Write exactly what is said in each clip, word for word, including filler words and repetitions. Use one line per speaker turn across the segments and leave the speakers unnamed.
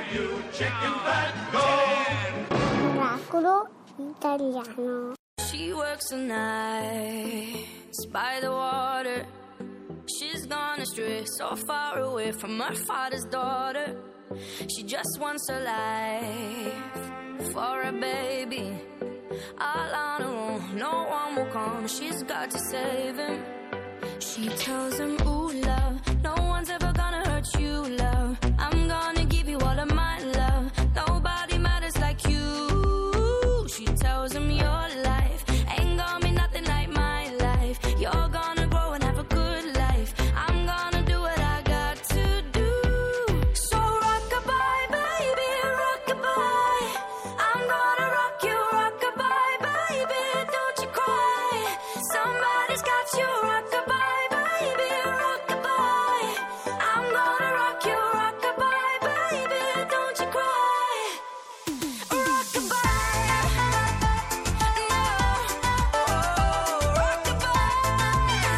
you chicken fat, go!
Miracolo italiano.
She works the nights by the water. She's gone astray, so far away from her father's daughter. She just wants a life for a baby. All on her own, no one will come. She's got to save him. She tells him, ooh, love, no one's ever gonna hurt you, love. I'm gonna give you all of my love. Nobody matters like you. She tells him, your life ain't gonna be nothing like my life. You're gonna grow and have a good life. I'm gonna do what I got to do. So rock-a-bye, baby, rock-a-bye. I'm gonna rock you, rock-a-bye, baby. Don't you cry. Somebody's got you, rock-a-bye, baby, rock-a-bye. I'm gonna rock you, rock-a-bye, baby. Don't you cry. Rock-a-bye. No. Oh, rock-a-bye.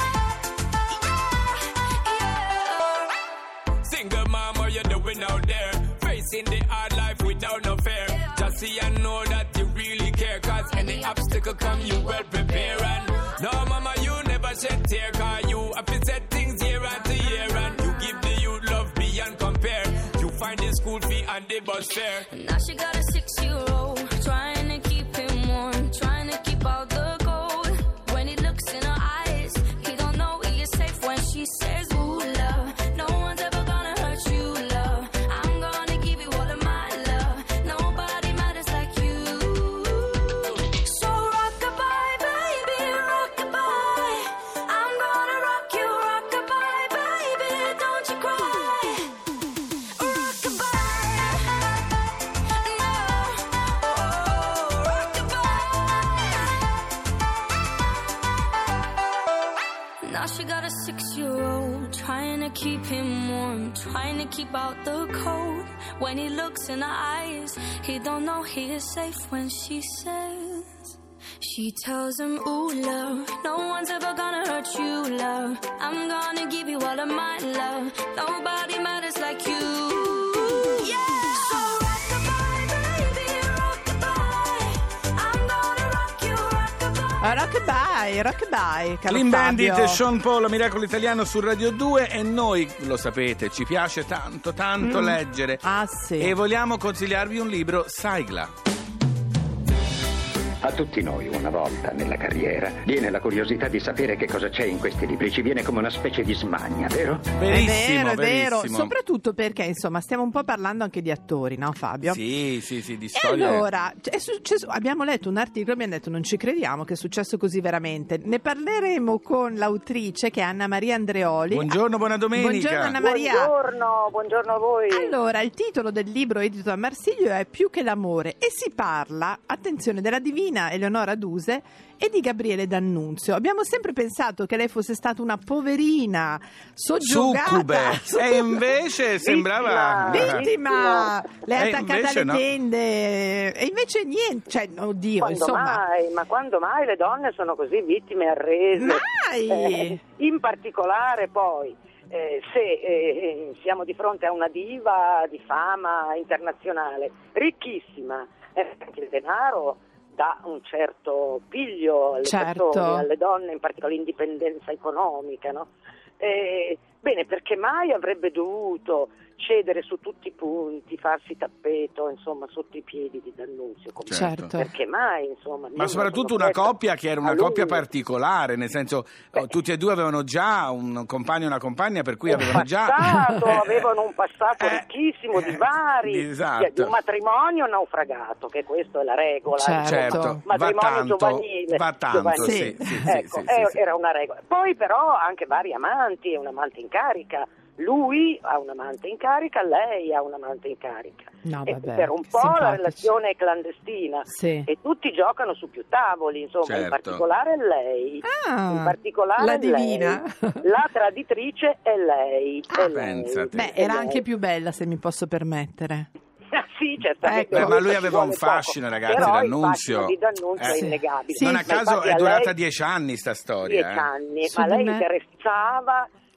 Yeah, yeah.
Single mom, what you doing out there? Facing the hard life without no fear. Just see and know that you really care. Cause any obstacle come, you well prepare. And no, mama, you never shed tear. Cause you have to set things year after year. And you give the youth love beyond compare. You find the school fee and the bus fare.
Now she got a six-year-old, trying to keep him warm, trying to keep out the cold. When he looks in her eyes, he don't know he is safe when she says, ooh, love, no one's ever gonna hurt you, love. I'm gonna give you all of my love. Nobody matters like you. So rock-a-bye, baby, rock-a-bye. I'm gonna rock you, rock-a-bye, baby. Don't you cry. Rock-a-bye. No. Oh, rock-a-bye. Now she got a six-year-old, trying to keep him warm, trying to keep out the cold. When he looks in her eyes, he don't know he is safe when she says. She tells him, ooh, love, no one's ever gonna hurt you, love. I'm gonna give you all of my love. Nobody matters like you. Yeah! So rock-a-bye, baby, rock-a-bye. I'm gonna rock you, rock-a-bye.
Ah, rock-a-bye, rock-a-bye, caro
Clean Bandit,
Fabio.
Sean Paul, Miracolo Italiano su Radio due. E noi, lo sapete, ci piace tanto, tanto
Mm.
leggere.
Ah, sì.
E vogliamo consigliarvi un libro, Saigla.
A tutti noi una volta nella carriera viene la curiosità di sapere che cosa c'è in questi libri, ci viene come una specie di smania, vero?
Verissimo,
è vero, è vero,
verissimo.
soprattutto perché insomma stiamo un po' parlando anche di attori, no Fabio?
Sì, sì, sì, di
E
storie.
allora, è successo, abbiamo letto un articolo e abbiamo detto non ci crediamo che è successo così veramente. Ne parleremo con l'autrice che è Anna Maria Andreoli.
Buongiorno, buona domenica.
Buongiorno Anna Maria.
Buongiorno, buongiorno a voi.
Allora, il titolo del libro edito a Marsiglio è Più che l'amore e si parla, attenzione, della divina Eleonora Duse e di Gabriele D'Annunzio. Abbiamo sempre pensato che lei fosse stata una poverina soggiogata.
Succube. E invece sembrava...
Vittima! Lei è
E
attaccata
invece
alle
no.
tende e invece niente, cioè, oddio,
Quando
insomma.
mai? Ma quando mai le donne sono così vittime arrese?
Mai!
Eh, in particolare poi, eh, se eh, siamo di fronte a una diva di fama internazionale, ricchissima, eh, anche il denaro dà un certo piglio alle
Certo.
persone, alle donne, in particolare l'indipendenza economica, no? Eh, bene, perché mai avrebbe dovuto cedere su tutti i punti, farsi tappeto, insomma, sotto i piedi di D'Annunzio? Come-
Certo.
Perché mai, insomma?
Ma
io
soprattutto
sono
una
questa
coppia che era
a
una
lui.
coppia particolare, nel senso
Beh.
tutti e due avevano già un compagno e una compagna, per cui
Un
avevano già
passato,
Eh,
avevano un passato
eh,
ricchissimo di
eh,
vari,
esatto.
di un matrimonio naufragato, che questa è la regola.
Certo.
Certo, va
Matrimonio
tanto,
giovanile,
va tanto,
giovanile.
sì, sì, sì,
Ecco,
sì,
eh,
sì.
era una regola. Poi però anche vari amanti, un amante in carica. Lui ha un amante in carica, lei ha un amante in carica.
No,
E
vabbè,
per un
che
po' la
simpatici.
relazione è clandestina.
Sì.
E tutti giocano su più tavoli, insomma,
Certo.
in particolare lei.
Ah,
in particolare
la
lei.
divina.
La traditrice è lei.
Ah,
è lei,
pensate.
Beh,
è
era
lei.
anche più bella, se mi posso permettere.
Ah, sì, certamente.
Ecco.
Beh, ma lui
Ci
aveva
vuole
un fascino,
poco.
ragazzi,
Però
D'Annunzio.
il fascino di D'Annunzio
Eh.
è innegabile.
Sì,
Non a
Ma
caso
infatti
è
a
durata
lei
dieci anni sta storia.
dieci
eh.
anni,
Su
ma
di
lei
me.
interessava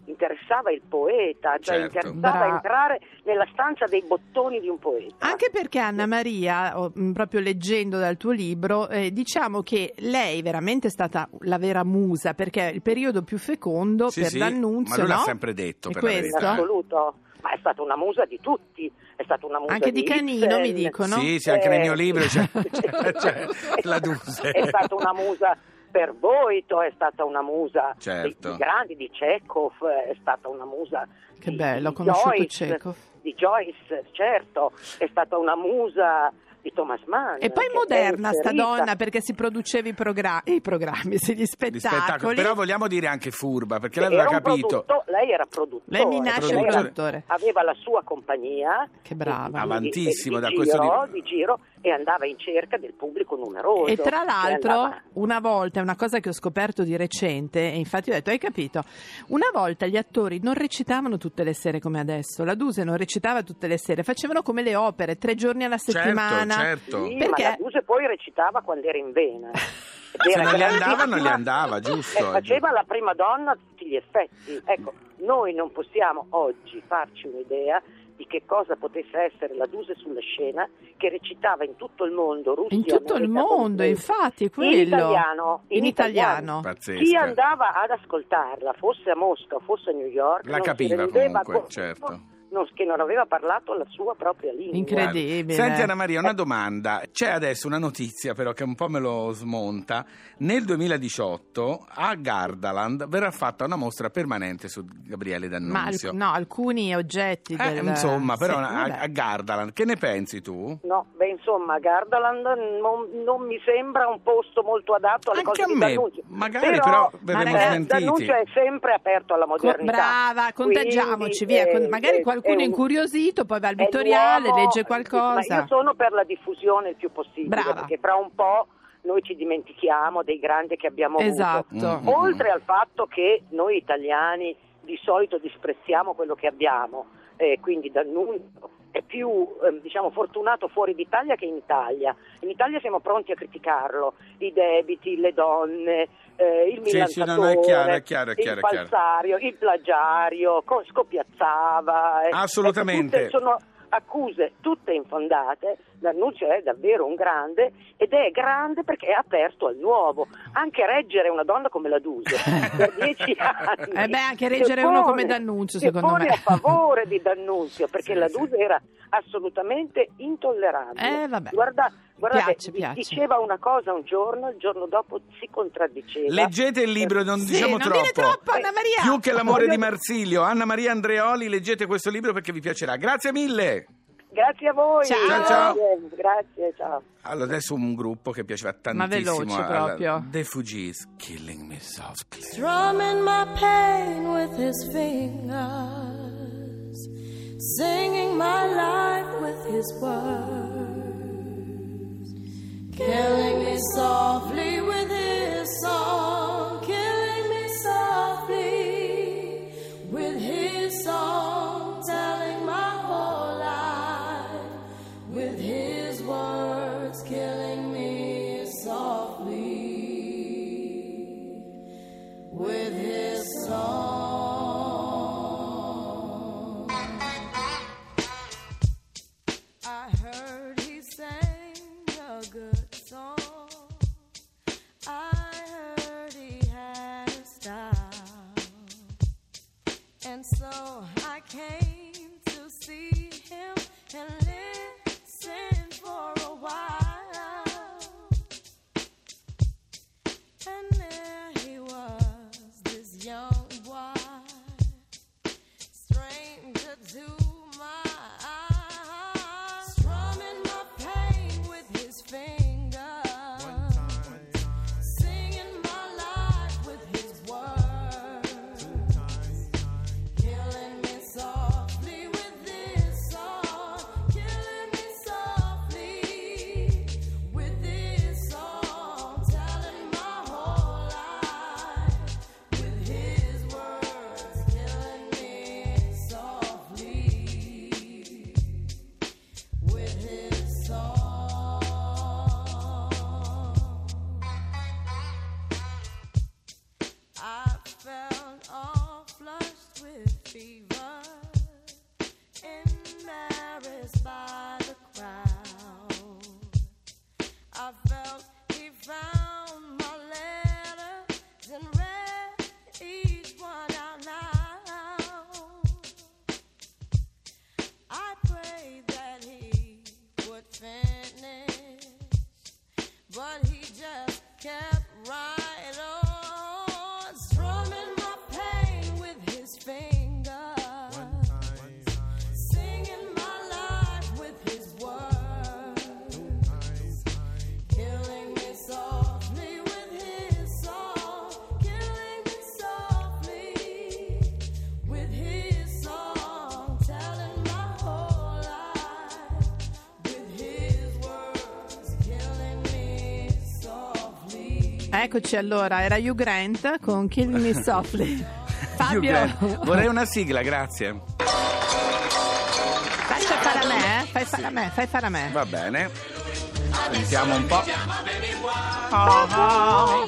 interessava il poeta, cioè
Certo.
interessava
Bra-
entrare nella stanza dei bottoni di un poeta.
Anche perché Anna Maria, oh, mh, proprio leggendo dal tuo libro, eh, diciamo che lei veramente è stata la vera musa, perché è il periodo più fecondo
Sì,
per
sì,
D'Annunzio,
ma lui
no?
l'ha sempre detto,
È
per la
questo?
verità.
In assoluto, ma è stata una musa di tutti, è stata una musa
Anche di Canino,
Ibsen.
mi dicono.
Sì, sì, anche
Eh,
nel mio libro c'è, c'è, c'è la Duse.
È stata una musa per Boito, è stata una musa
Certo.
dei, dei grandi, di Chekhov, è stata una musa
Che
di,
bello, ho
di
conosciuto
Joyce,
Chekhov.
di Joyce, certo, è stata una musa di Thomas Mann.
E poi
che
moderna
è
sta
inserita.
donna, perché si produceva i, progra- i programmi, sì, gli
Di
spettacoli.
spettacolo. Però vogliamo dire anche furba, perché lei
Era
aveva
un
capito.
produtto- lei era produttore.
Lei mi nasce
lei era-
produttore.
aveva la sua compagnia.
Che brava.
di-
Avantissimo
di,
da
di
questo
giro,
di-
di giro e andava in cerca del pubblico numeroso.
E tra
E
l'altro,
andava-
una volta, è una cosa che ho scoperto di recente, e infatti ho detto, hai capito, una volta gli attori non recitavano tutte le sere come adesso, la Duse non recitava tutte le sere, facevano come le opere, tre giorni alla
Certo,
settimana.
certo.
Sì,
Perché?
ma la Duse poi recitava quando era in vena. Ed
Se
era
non gli andava, non
grandissima.
gli andava, giusto.
Eh, faceva la prima donna a tutti gli effetti. Ecco, noi non possiamo oggi farci un'idea di che cosa potesse essere la Duse sulla scena, che recitava in tutto il mondo, Russia,
In tutto il
America
mondo,
compresa.
infatti, è quello.
In italiano.
In italiano.
Pazzesca.
Chi andava ad ascoltarla, fosse a Mosca o fosse a New York,
La
non
capiva
si rendeva
comunque,
conto
certo.
non- che non aveva parlato la sua propria lingua.
Incredibile.
Senti Anna Maria, una domanda. C'è adesso una notizia però che un po' me lo smonta. Nel duemiladiciotto a Gardaland verrà fatta una mostra permanente su Gabriele
Ma al-
D'Annunzio.
no, alcuni oggetti
Eh,
del...
insomma, però
Sì,
a,
vabbè.
a Gardaland, che ne pensi tu?
No, beh, insomma, Gardaland non, non mi sembra un posto molto adatto alle
Anche
cose
a
di
me,
D'Annunzio.
magari però verremo
Ma ragazzi,
smentiti.
D'Annunzio è sempre aperto alla
Co-
modernità.
brava, contagiamoci,
Quindi,
via.
eh,
con- magari
eh,
qualcuno
è
è
un-
incuriosito, poi va al
è
Vittoriale,
l'uomo-
legge
Ma
qualcosa.
io sono per la diffusione il più possibile,
Brava.
perché fra un po' noi ci dimentichiamo dei grandi che abbiamo
Esatto.
avuto.
Mm.
Oltre al fatto che noi italiani di solito disprezziamo quello che abbiamo, eh, quindi D'Annunzio è più eh, diciamo fortunato fuori d'Italia che in Italia. In Italia siamo pronti a criticarlo, i debiti, le donne, eh, il
Sì, sì, no, no, è chiaro, è chiaro, è chiaro,
il
è chiaro.
falsario, il plagiario, co- scopiazzava. eh.
Assolutamente.
Ecco, tutte sono accuse tutte infondate. D'Annunzio è davvero un grande ed è grande perché è aperto al nuovo. Anche reggere una donna come la Duse per dieci anni.
Eh beh, anche
si
reggere uno
pone-
come D'Annunzio,
si
secondo
pone
me.
a favore di D'Annunzio perché
Sì,
la
sì.
Duse era assolutamente intollerabile.
Eh, vabbè.
Guarda, guardate,
Piace,
di-
piace.
diceva una cosa un giorno, il giorno dopo si contraddiceva.
Leggete il libro, non
Sì,
diciamo
non
troppo.
dire troppo, Anna Maria.
Più che l'amore
Voglio-
di Marsilio, Anna Maria Andreoli, leggete questo libro perché vi piacerà. Grazie mille.
Grazie a voi.
Ciao.
Ciao, ciao.
Grazie, grazie, ciao.
Allora, adesso un gruppo che piaceva
Ma
tantissimo
veloce
alla-
proprio.
The Fugees, Killing Me Softly.
Strumming my pain with his fingers, singing my life with his words, killing me softly with his song, killing me softly with his song, telling my whole life with his words, killing me softly with his song. I heard he sang a good song. I heard he had a style. And so I came to see him and listen for a while. And there he was, this young boy, stranger to my eyes, strumming my pain with his fingers.
Eccoci allora, era Hugh Grant con Kill Me Softly. Fabio,
Hugh Grant. Vorrei una sigla, grazie.
Fai fare a me, eh? Fai fare a me, fai fare a me.
Va bene. Sentiamo un po'.
Oh, oh.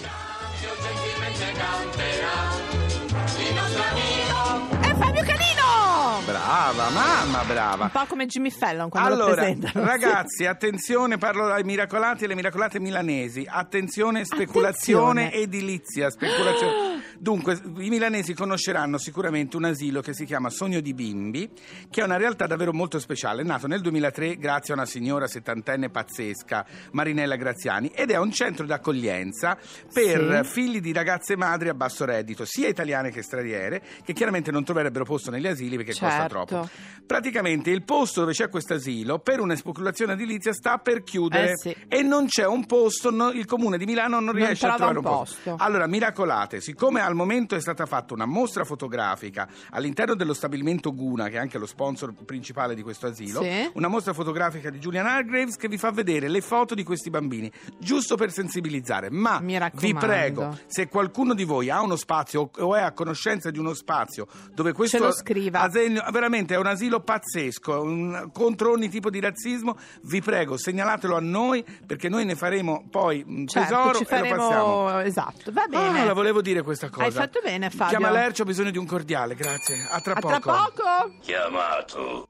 È Fabio Canino!
Brava, mamma, brava.
Un po' come Jimmy Fallon quando lo
Allora,
presentano.
ragazzi, attenzione, parlo ai miracolati e le miracolate milanesi. Attenzione, speculazione
Attenzione.
edilizia, speculazione. Dunque, i milanesi conosceranno sicuramente un asilo che si chiama Sogno di Bimbi, che è una realtà davvero molto speciale. È nato nel duemilatré grazie a una signora settantenne pazzesca, Marinella Graziani, ed è un centro d'accoglienza per
Sì.
figli di ragazze madri a basso reddito, sia italiane che straniere, che chiaramente non troverebbero posto negli asili perché costa
Certo.
troppo. Praticamente il posto dove c'è questo asilo per una speculazione edilizia sta per chiudere,
Eh sì.
e non c'è un posto, no, il comune di Milano non
Non
riesce a
trova
trovare un
un
posto.
posto.
Allora, miracolate, siccome al momento è stata fatta una mostra fotografica all'interno dello stabilimento Guna, che è anche lo sponsor principale di questo asilo,
Sì.
una mostra fotografica di Julian Hargreaves che vi fa vedere le foto di questi bambini, giusto per sensibilizzare. Ma
Mi
vi
raccomando.
prego, se qualcuno di voi ha uno spazio o è a conoscenza di uno spazio dove questo
Ce lo scriva.
asilo, veramente è un asilo pazzesco, un- contro ogni tipo di razzismo, vi prego, segnalatelo a noi, perché noi ne faremo poi un
Certo,
tesoro
ci
e lo passiamo.
faremo. Esatto, va bene.
Ah, la volevo dire questa cosa.
Hai fatto bene, Fabio.
Chiama Lercio, ho bisogno di un cordiale, grazie. A tra
A
poco.
tra poco.
Chiamato.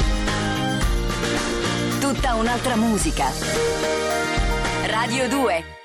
Tutta un'altra musica. Radio due.